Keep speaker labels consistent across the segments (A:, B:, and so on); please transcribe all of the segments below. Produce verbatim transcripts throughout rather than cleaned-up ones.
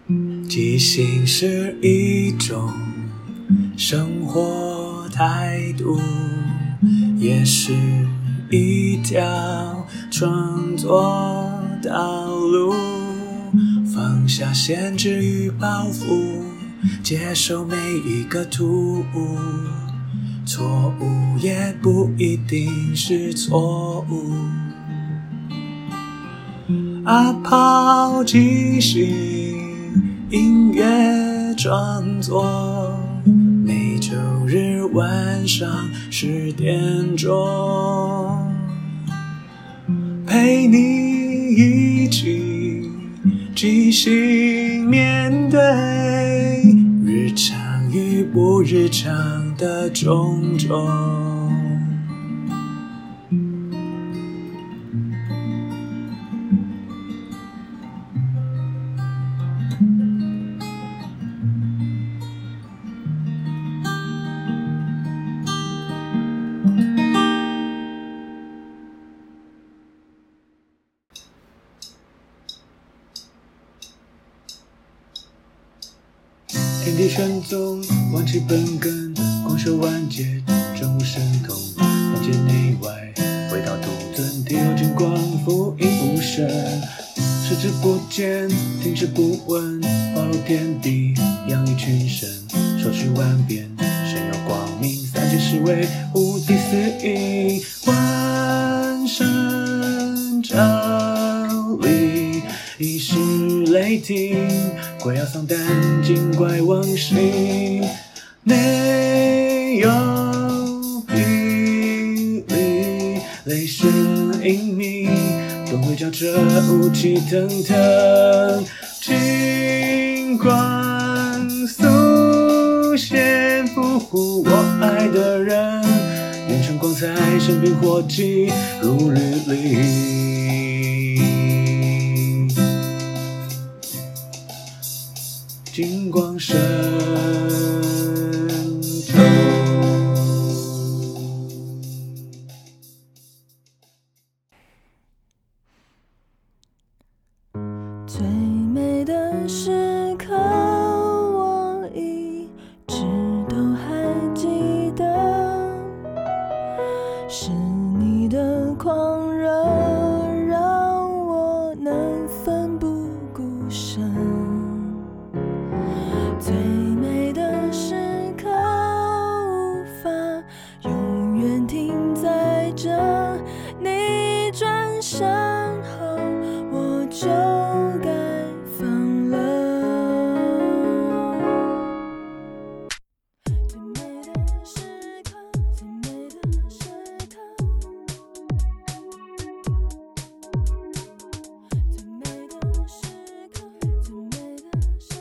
A: 即兴是一种生活态度，也是一条创作道路。放下限制与包袱，接受每一个突兀，错误也不一定是错误。阿炮即兴音乐创作，每周日晚上十点钟，陪你一起即兴面对日常与不日常的种种。天地玄宗，万气本根，光修万界，真无神通，万界内外，唯道独尊，体有金光，复应无声，视之不见，听之不闻，包罗天地，养育群生，收取万变，神有光明，三界是为无敌四应，万神照理，一时雷霆，鬼妖丧胆，精怪忘形，内有霹雳，雷声隐秘，轮回交织，雾气腾腾，金光素现，俘获我爱的人，远程光彩，生平火气如日丽。金光神州，
B: 最美的时刻我一直都还记得，是你的狂热让我能奋不顾身，最美的时刻无法永远停在这，你转身后我就该放了。最美的时刻，最美的时刻，最美的时刻，最美的时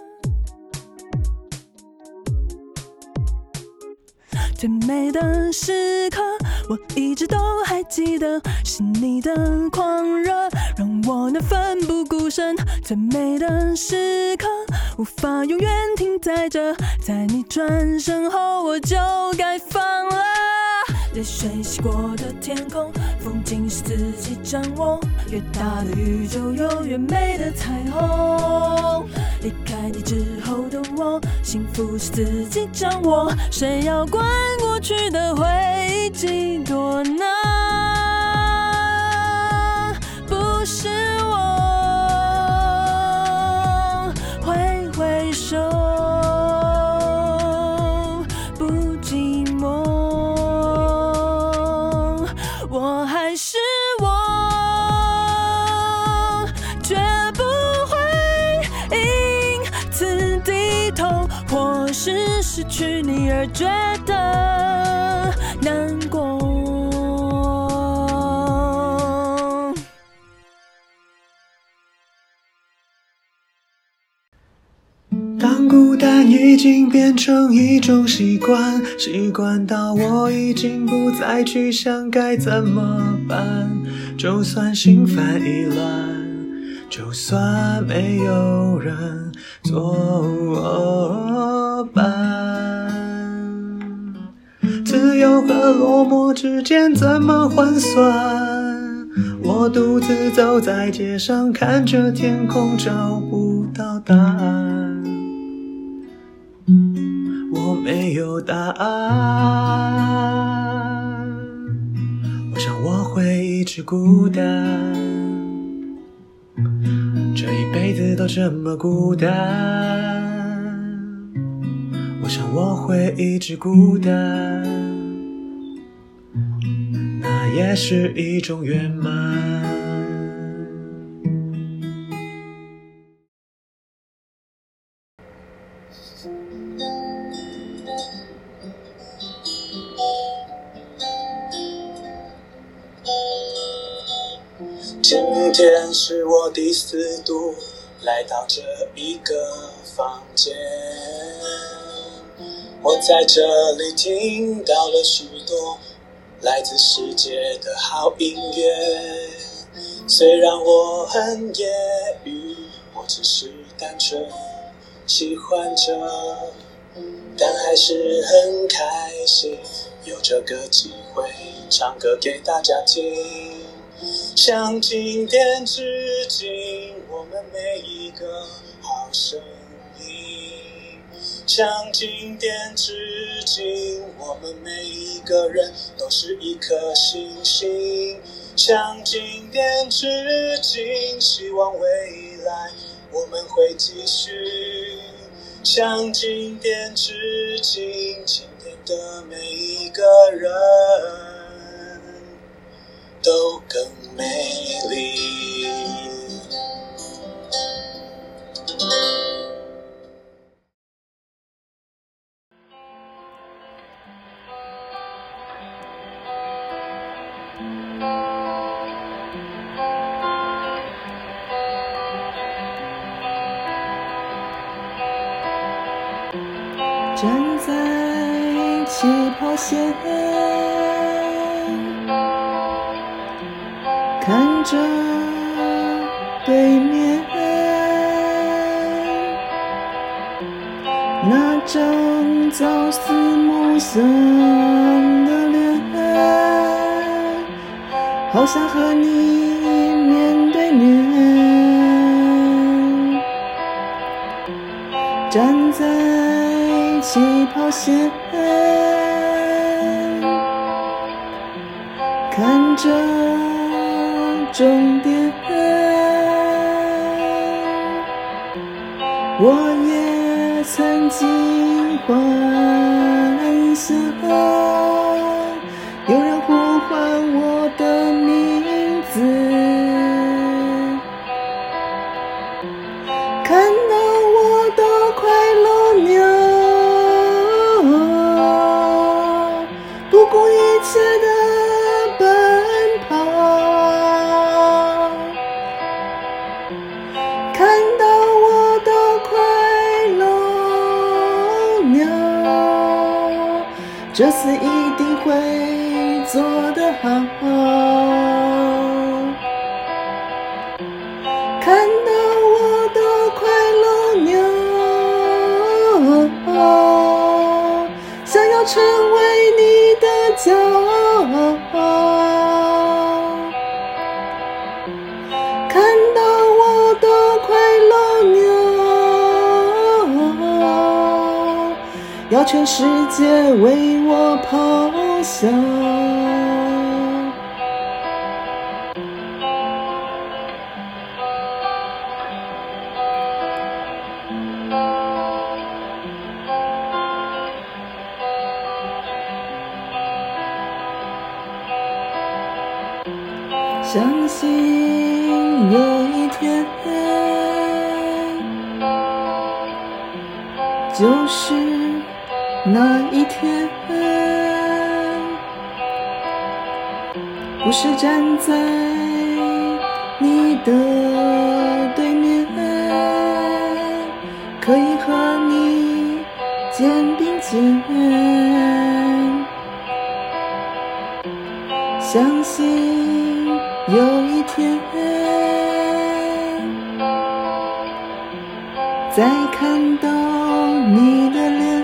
B: 刻。最美的时刻，我一直都还记得，是你的狂热让我能奋不顾身。最美的时刻，无法永远停在这，在你转身后，我就该放了。泪水洗过的天空，风景是自己掌握，越大的宇宙有越美的彩虹。离开你之后的我，幸福是自己掌握，谁要管过去的回忆几多呢？不是我，挥挥手，不寂寞，我还是我，绝不会因此低头，或是失去你而觉得难过。
A: 当孤单已经变成一种习惯，习惯到我已经不再去想该怎么办，就算心烦意乱，就算没有人作伴，自由和落寞之间怎么换算？我独自走在街上，看着天空找不到答案，我没有答案，我想我会一直孤单，这一辈子都这么孤单，我想我会一直孤单，那也是一种圆满。今天是我第四度来到这一个房间，我在这里听到了许多来自世界的好音乐，虽然我很业余，我只是单纯喜欢着，但还是很开心有这个机会唱歌给大家听，向经典致敬我们每一个好声音，向经典致敬我们每一个人都是一颗星星，向经典致敬，希望未来我们会继续，向经典致敬，今天的每一个人都更美丽。
B: 站在起跑线，看着对面那张朝思暮想的脸，好想和你面对面，站在起跑线，看着终点，我也曾经幻想有人呼唤我的名字，看到我的快乐鸟不顾一切的奔跑，看到我的快乐鸟这次一定会做得好，看到我的快乐鸟想要成为你的骄傲，看到我的快乐鸟要全世界为我咆哮，相信有一天，就是那一天，不是站在你的对面，可以和你肩并肩，相信有一天，再看到你的脸，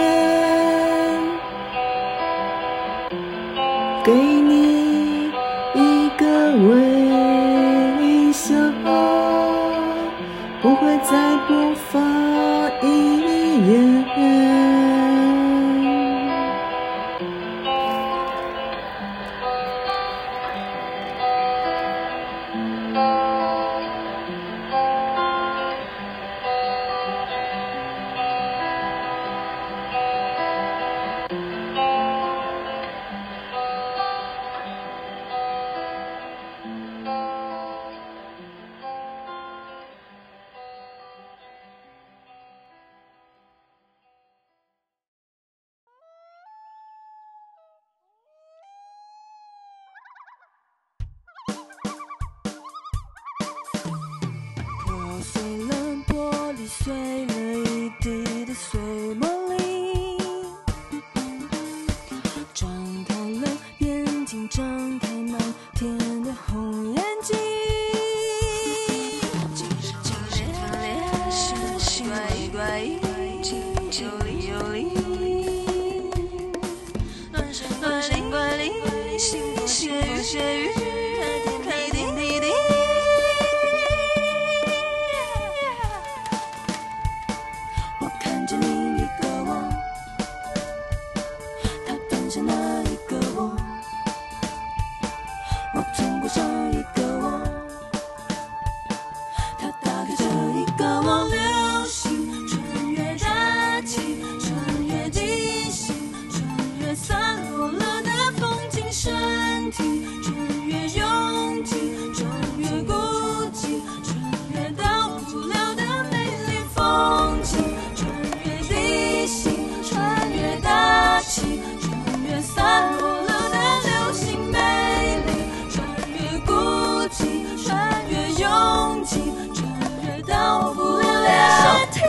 B: 给你一个微笑，不会再击碎了一地的碎茉莉，长大了眼睛张开满天的红眼睛，精神精神分裂，心心怪怪异，有理有理，乱神乱神怪力，腥风血雨血雨，开天辟地。我看见另一个我，他放下那一个我，我错过上一个我，他打开这一个我。流星穿越大气，穿越地心，穿越散落了的风景身体，穿越勇气，穿越孤寂，穿越到不了的美丽风景，穿越地心，穿越大气，穿越散落了的流星美丽，穿越孤寂，穿越勇气，穿越到不了身体。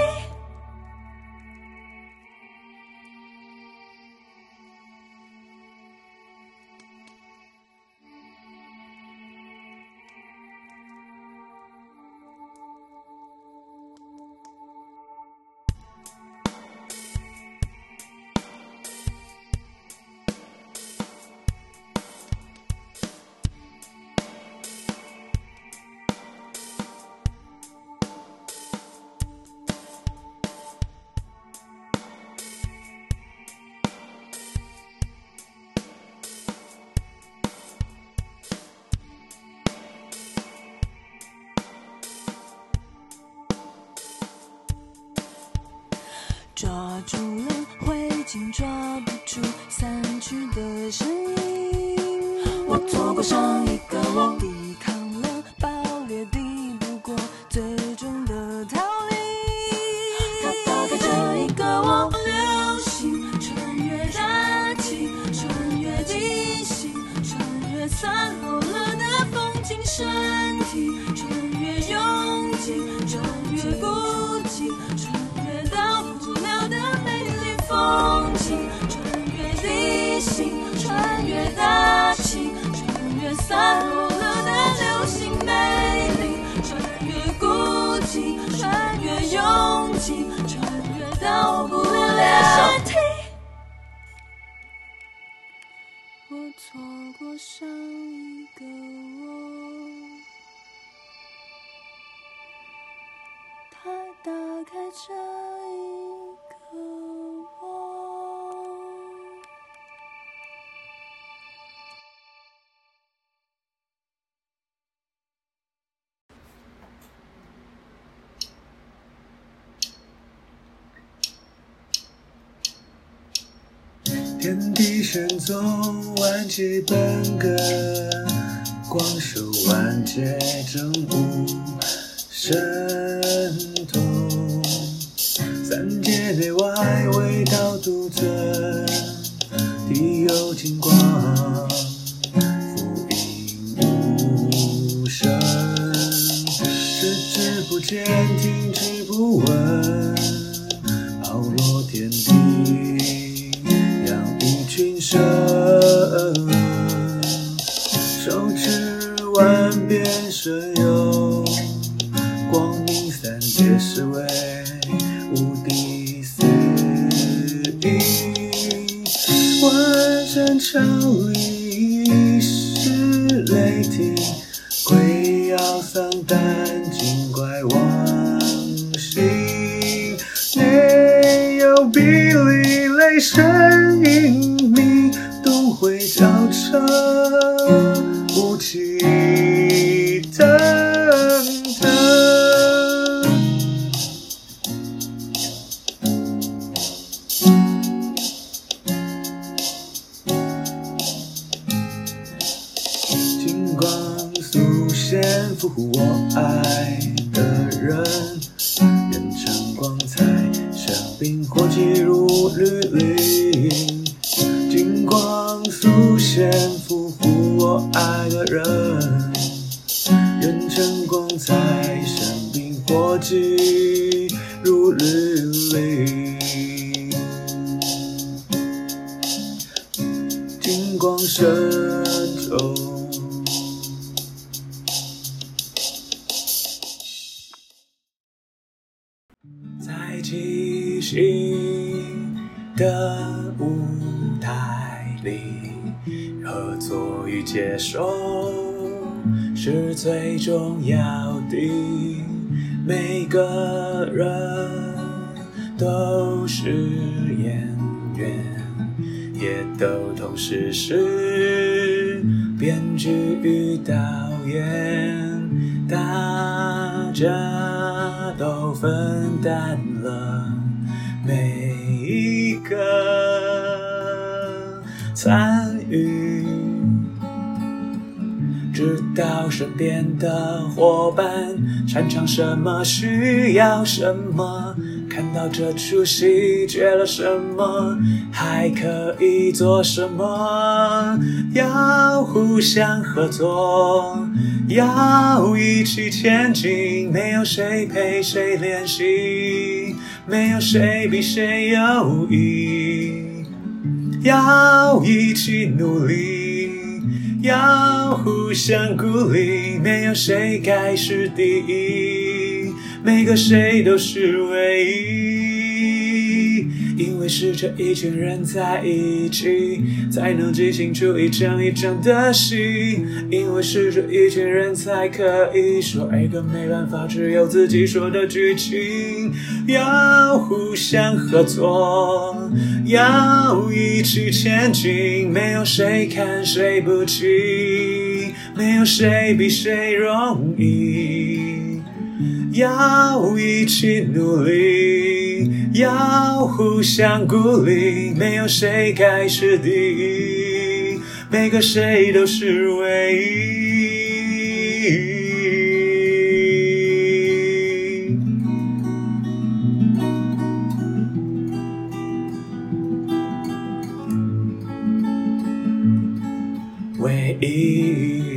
B: 抓住了灰烬，抓不住散去的身影。我错过上一个我，抵抗了爆裂，抵不过最终的逃离。他打开这一个我，流星穿越大气，穿越地心，穿越散落了的风景身体，穿越勇气，穿越孤寂，穿越到不了的美丽风景，穿越地心，穿越大气，穿越散落了的流星美丽，穿越孤寂，穿越勇气，穿越到不了身体。我错过上一个我，他打开这一个我。
A: 天地玄宗，万劫本根，光守万劫正悟神通。三界内外唯道独尊，地有金光，福音无声。视之不见，听之不闻，pau落天地，养育群生。手持万变神游，光明三界是为无敌四应。万山朝礼是雷霆，鬼妖丧胆，精怪亡心。内有霹雳雷神隐秘，东会交彻雾气腾腾。金光素现，俘获我爱的人，人称光彩，生命火气如绿林。金光素现，俘获我爱的人，人称光彩，生命火气在即兴的舞台里，合作与接受是最重要的。每个人都是演员，也都同时是编剧与导演，大家都分担了每一个参与，知道身边的伙伴擅长什么，需要什么，看到这出戏缺了什么，还可以做什么，要互相合作，要一起前进，没有谁陪谁练习，没有谁比谁优异，要一起努力，要互相鼓励，没有谁该是第一，每个谁都是唯一，因为是这一群人在一起，才能即兴出一场一场的戏，因为是这一群人才可以说一个没办法只有自己说的剧情，要互相合作，要一起前进，没有谁看谁不起，没有谁比谁容易，要一起努力，要互相鼓励，没有谁该是第一，每个谁都是唯一。唯一